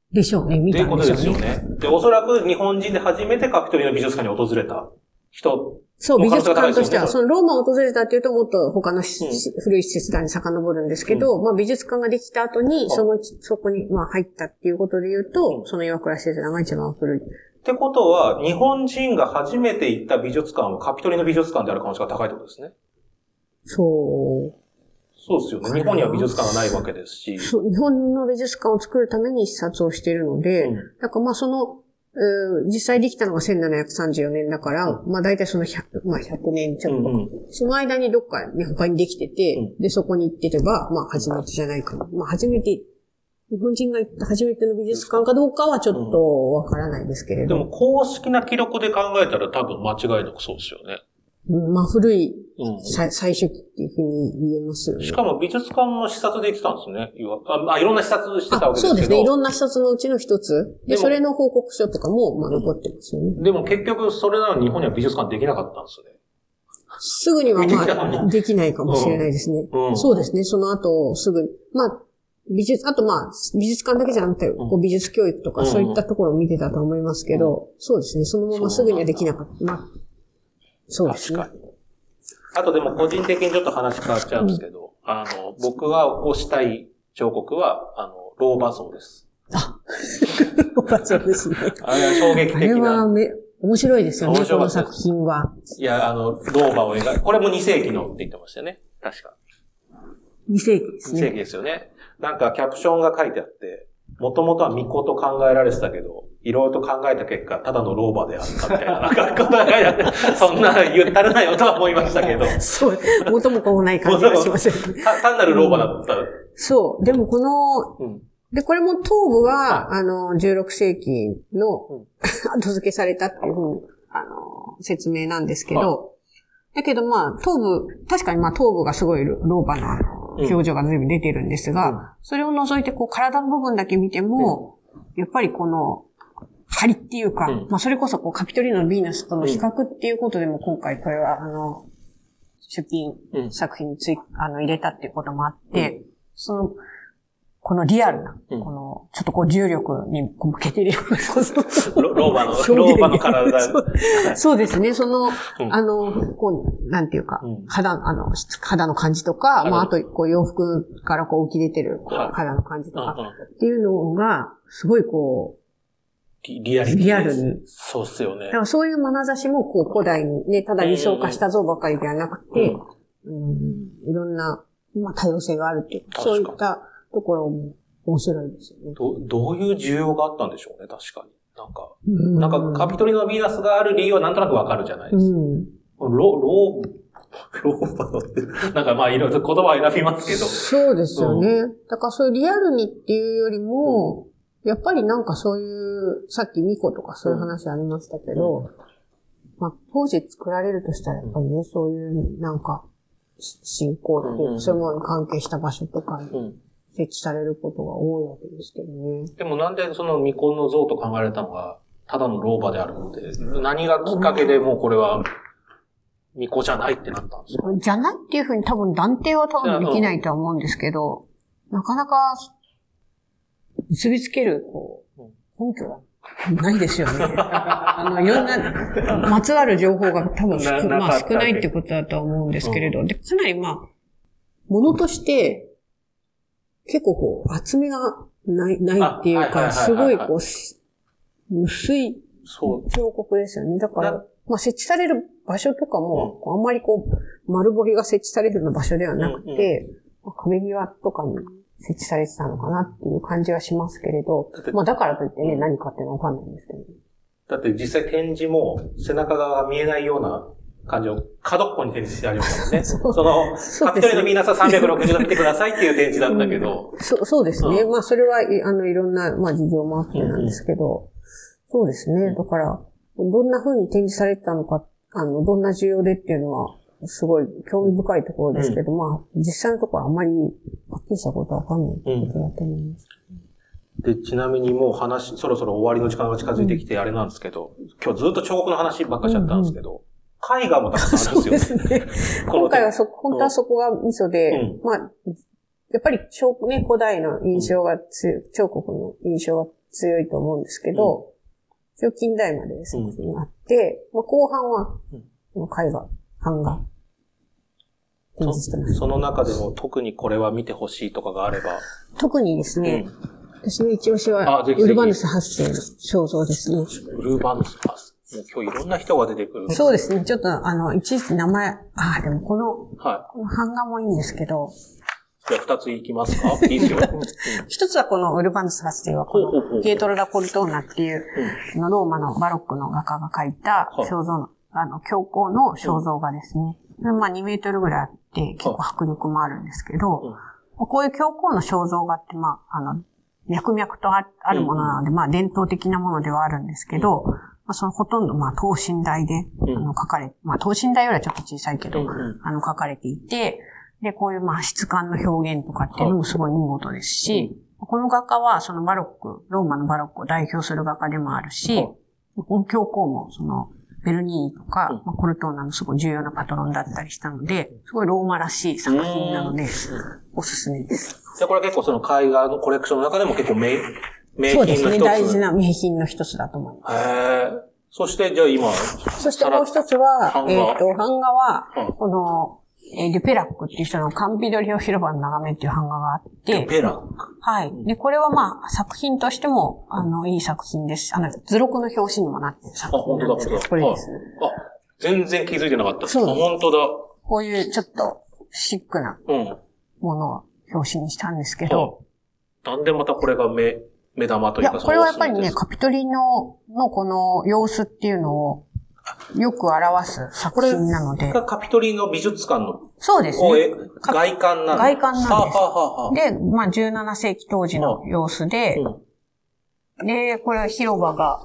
でしょうね、みたいな。 ということですよね。で、おそらく日本人で初めてカピトリの美術館に訪れた人。 そう、美術館としては、そのローマを訪れたっていうともっと他の古い施設団に遡るんですけど、まあ美術館ができた後に、そこにまあ入ったっていうことで言うと、その岩倉施設団が一番古い。 ってことは、日本人が初めて行った美術館はカピトリの美術館である可能性が高いってことですね。そうですよね。日本には美術館がないわけですし。 そう、日本の美術館を作るために視察をしているので、だからまあ実際できたのが1734年だから、まあ大体その100年ちょっと。その間にどっかに他にできてて、で、そこに行ってれば、まあ初めてじゃないかな。まあ日本人が行った初めての美術館かどうかはちょっとわからないですけれど。 でも公式な記録で考えたら多分間違いなくそうですよね。 まあ古い、最初期っていうふうに言えますよね。 しかも美術館の視察で行ってたんですね。いろんな視察してたわけですけど。 そうですね。いろんな視察のうちの一つ。で、それの報告書とかも、まあ残ってますよね。 でも結局それなのに日本には美術館できなかったんですよね。 すぐにはまあ、できないかもしれないですね。そうですね。その後、すぐに。まあ、美術館だけじゃなくて、美術教育とかそういったところを見てたと思いますけど、そうですね。そのまますぐにはできなかった。まあ、そうですね。 確かに。あとでも個人的にちょっと話変わっちゃうんですけど、僕が推したい彫刻は、ローバ像です。 ローバ像ですね。 あれは衝撃的な。あれは面白いですよね、この作品は。 いや、ローバを描いこれも2世紀のって言ってましたよね。確か。 2世紀ですね。 2世紀ですよね。なんかキャプションが書いてあって、もともとは巫女と考えられてたけど、いろいろと考えた結果、ただの老婆であったみたいな、なんかことが書いてあって、そんな言ったらないよとは思いましたけど。 そう、元も子もない感じがしません、ね。 単なる老婆だった。 そう。でもで、これも頭部は、16世紀の後付けされたっていうふうに、説明なんですけど、だけどまあ、確かにまあ頭部がすごい老婆の表情が随分出てるんですが、それを除いてこう体の部分だけ見ても、やっぱりこの、張りっていうか、まあそれこそこうカピトリノのヴィーナスとの比較っていうことでも今回これは出品作品に入れたっていうこともあって、このリアルな、ちょっとこう重力に向けてるような老婆の体。 そうですね。こう、なんていうか、肌の感じとか、まあ、あと、こう、洋服からこう浮き出てる、肌の感じとか、っていうのが、すごいこう、リアルに。 そうっすよね。 だからそういう眼差しも、こう、古代にね、ただ理想化した像ばかりではなくて、いろんな、まあ、多様性があるっていう、そういったところも面白いですよね。 どういう需要があったんでしょうね、確かに。なんか、カピトリノのヴィーナスがある理由はなんとなくわかるじゃないですか。ローバのって、なんかまあいろいろと言葉を選びますけど。 そうですよね。だからそういうリアルにっていうよりも、やっぱりなんかそういう、さっき巫女とかそういう話ありましたけど、まあ当時作られるとしたらやっぱりね、そういうなんか、信仰っていうか、そういうものに関係した場所とかに設置されることが多いわけですけどね。 でもなんでその巫女の像と考えられたのが、ただの老婆であるので、何がきっかけでもうこれは、巫女じゃないってなったんですか？ じゃないっていうふうに多分断定は多分できないとは思うんですけど、なかなか結びつける、根拠はないですよね。いろんな、まつわる情報が多分少ないってことだとは思うんですけれど、で、かなりものとして、結構厚みがないっていうか、すごい薄い彫刻ですよね。だから、設置される場所とかも、あんまり丸彫りが設置されるような場所ではなくて、壁際とかに設置されてたのかなっていう感じはしますけれど、だからといってね、何かっていうのはわかんないんですけど。 だって実際展示も背中側が見えないような感じを角っこに展示してありましたもんね。カピトリノのヴィーナスは360度見てくださいっていう展示だったけど。 そうですね。それは、いろんな、事情もあってなんですけど、そうですね。だから、どんな風に展示されてたのか、どんな需要でっていうのは、すごい興味深いところですけど、実際のところあんまりはっきりしたことはわかんないことだと思います。 で、ちなみにもうそろそろ終わりの時間が近づいてきてあれなんですけど、今日ずっと彫刻の話ばっかりしちゃったんですけど、絵画もたくさんあるんですよね。 そうですね。今回は本当はそこがミソで、やっぱり古代の印象が彫刻の印象が強いと思うんですけど、一応近代まで作品があって、後半は、絵画、版画、 その中でも特にこれは見てほしいとかがあれば。 特にですね、私の一押しは、ウルバヌス8世の肖像ですね。 ウルバヌス8世。もう今日いろんな人が出てくる。 そうですね。ちょっと、いちいち名前、でもこの版画もいいんですけど。 じゃあ2ついきますか？いいですよ。 一つはこのウルバヌス8世は、このピエトロ・ダ・ポルトーナっていう、ローマのバロックの画家が描いた肖像の、教皇の肖像画ですね。2メートルぐらいあって、結構迫力もあるんですけど、こういう教皇の肖像画って、脈々とあるものなので、伝統的なものではあるんですけど、そのほとんど、等身大で、描かれ、等身大よりはちょっと小さいけど、描かれていて、で、こういう、質感の表現とかっていうのもすごい見事ですし、この画家は、そのローマのバロックを代表する画家でもあるし、教皇も、ベルニーニとか、コルトーナのすごい重要なパトロンだったりしたので、すごいローマらしい作品なので、おすすめです。 じゃあこれは結構その絵画のコレクションの中でも結構名品の一つ。 そうですね、大事な名品の一つだと思います。 そしてじゃあ今。 そしてもう一つは、版画は、この、デュペラックっていう人のカンピドリオ広場の眺めっていう版画があって。 デュペラック。 はい。で、これは作品としても、いい作品です。図録の表紙にもなってる作品なんですけど、これですね。 全然気づいてなかった。 そう。 本当だ。 こういうちょっとシックなものを表紙にしたんですけど。 なんでまたこれが目玉というか、 これはやっぱりね、カピトリノのこの様子っていうのをよく表す作品なので。 これがカピトリノ美術館の。 そうですね。 外観なんです。 外観なんです。で、17世紀当時の様子で、で、これは広場が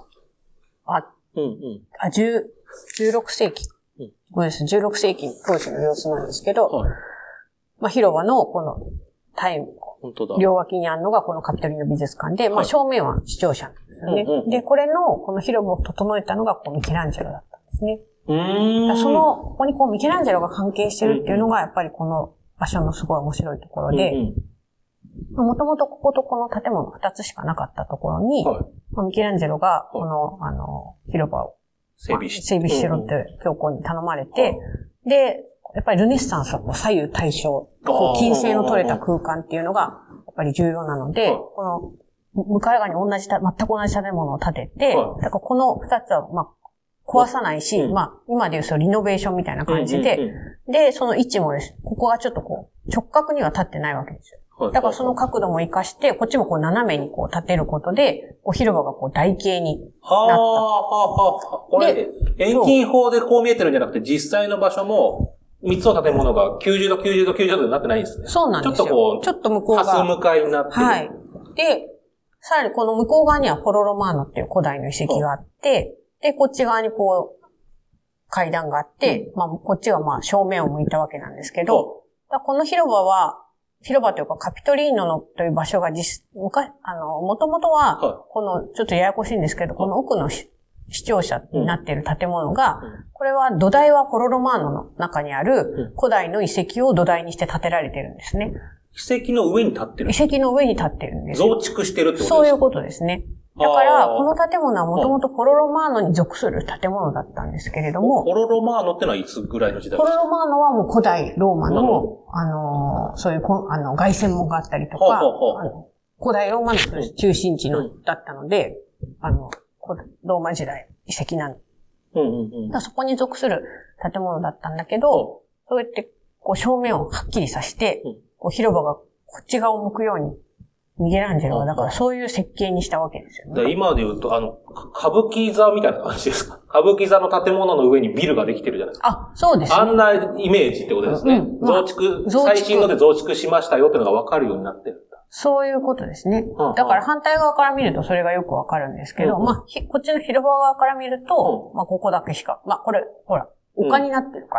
16世紀。ごめんなさい、16世紀当時の様子なんですけど、広場のこの両脇にあるのがこのカピトリノ美術館で、正面は視聴者なんですよね。で、この広場を整えたのがミケランジェロだったんですね。ここにミケランジェロが関係してるっていうのが、やっぱりこの場所のすごい面白いところで、もともとこことこの建物2つしかなかったところに、ミケランジェロがこの、広場を整備しろって教皇に頼まれて、で、やっぱりルネッサンスは左右対称、均整の取れた空間っていうのが、やっぱり重要なので、この向かい側に全く同じ建物を建てて、だからこの2つは、壊さないし、今でいうリノベーションみたいな感じで、で、その位置もです、ここがちょっと直角には立ってないわけですよ。だからその角度も活かして、こっちも斜めに立てることで、広場が台形になった。 これ、遠近法でこう見えてるんじゃなくて、実際の場所も、3つの建物が90度、90度、90度になってないんですね。 そうなんですよ。ちょっと向こうが。 ハス向かいになってる。 はい。で、さらにこの向こう側にはポロロマーノっていう古代の遺跡があって、で、こっち側に階段があって、こっちが正面を向いたわけなんですけど、この広場というかカピトリーノという場所がもともとは、ちょっとややこしいんですけど、この奥の視聴者になっている建物が、これは土台はポロロマーノの中にある古代の遺跡を土台にして建てられてるんですね。 遺跡の上に立ってる？ 遺跡の上に立ってるんです。 増築してるってことですか？ そういうことですね。だから、この建物はもともとポロロマーノに属する建物だったんですけれども。 ポロロマーノってのはいつぐらいの時代ですか？ ポロロマーノはもう古代ローマの、そういう凱旋門があったりとか、古代ローマの中心地だったので、ローマ時代遺跡なの。そこに属する建物だったんだけど、そうやって正面をはっきりさせて、広場がこっち側を向くように、ミゲランジェロはだからそういう設計にしたわけですよね。 今で言うと、歌舞伎座みたいな感じですか？歌舞伎座の建物の上にビルができてるじゃないですか。 そうですね。 あんなイメージってことですね。最新ので増築しましたよっていうのが分かるようになってるんだ。 そういうことですね。だから反対側から見るとそれがよくわかるんですけど、こっちの広場側から見ると、ここだけしか、これ、ほら、丘になってるから、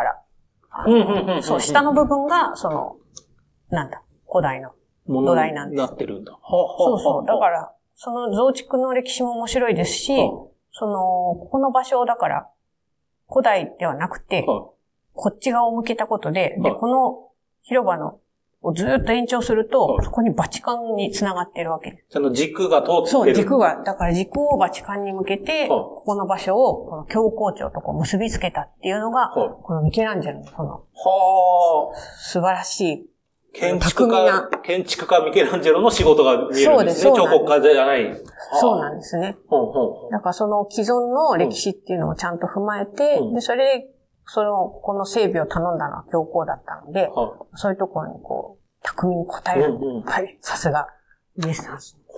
そう、下の部分が、古代の土台なんです。 なってるんだ。 そうそう。だから、その増築の歴史も面白いですし、ここの場所をだから、古代ではなくて、こっち側を向けたことで、この広場のをずっと延長すると、そこにバチカンに繋がってるわけです。 その軸が通ってる。 そう、軸が。だから軸をバチカンに向けて、ここの場所をこの教皇庁とこう結びつけたっていうのが、このミケランジェロのこの、素晴らしい。 建築家ミケランジェロの仕事が見えるんですね。彫刻家じゃない。 そうなんですね。だからその既存の歴史っていうのをちゃんと踏まえて、で、それで、この整備を頼んだのは教皇だったので、そういうところにこう、巧みに応える。はい。さすが、ルネサンス。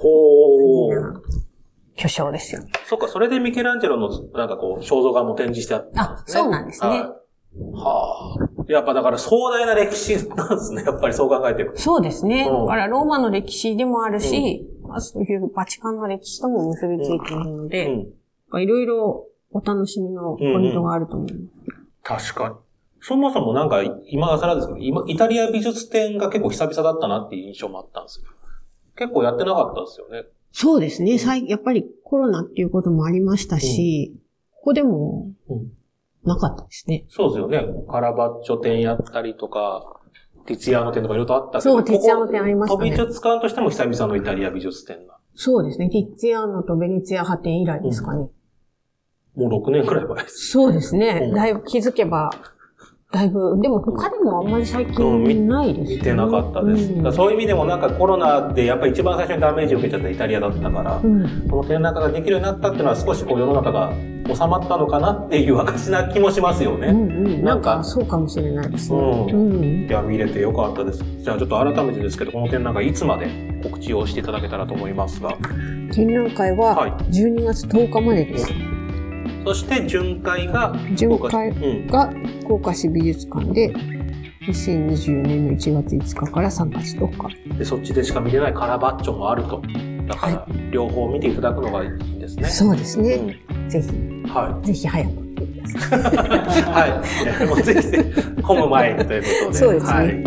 巨匠ですよ。 そっか、それでミケランジェロのなんかこう、肖像画も展示してあったんですね。 そうなんですね。 やっぱだから壮大な歴史なんですね。やっぱりそう考えてる。 そうですね。だからローマの歴史でもあるし、そういうバチカンの歴史とも結びついているので、いろいろお楽しみのポイントがあると思います。確かに。そもそもなんか、今更ですけど、イタリア美術展が結構久々だったなっていう印象もあったんですよ。結構やってなかったですよね。 そうですね。やっぱりコロナっていうこともありましたし、ここでも、なかったですね。 そうですよね。カラバッチョ展やったりとか、ティツィアーノ展とかいろいろとあったけど。 そう、ティツィアーノ展ありましたね。 美術館としても久々のイタリア美術展が。 そうですね。ティツィアーノとベネツィア派展以来ですかね。 もう6年くらい前です。 そうですね。だいぶ気づけば、だいぶ、でも他でもあんまり最近ないですね。 見てなかったです。そういう意味でもなんかコロナでやっぱり一番最初にダメージを受けちゃったイタリアだったから、この展覧会ができるようになったっていうのは少しこう世の中が収まったのかなっていう証な気もしますよね。 なんかそうかもしれないですね。 いや、見れてよかったです。じゃあちょっと改めてですけど、この展覧会いつまで告知をしていただけたらと思いますが。 展覧会は12月10日までです。 そして巡回が福岡市美術館で2024年の1月5日から3月10 日で、そっちでしか見れないカラバッチョもあると。だから両方見ていただくのがいいんですね。 そうですね。ぜひ、ぜひ早く見てください。 はい。もうぜひ混む前にということで。 そうですね。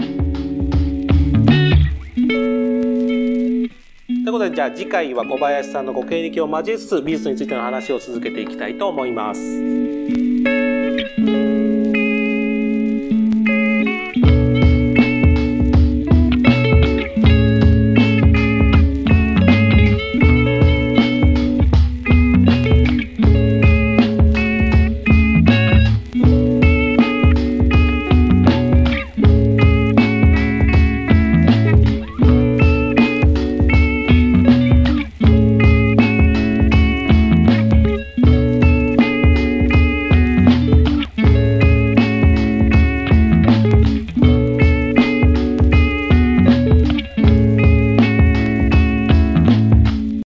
ということで、じゃあ次回は小林さんのご経歴を交えつつ美術についての話を続けていきたいと思います。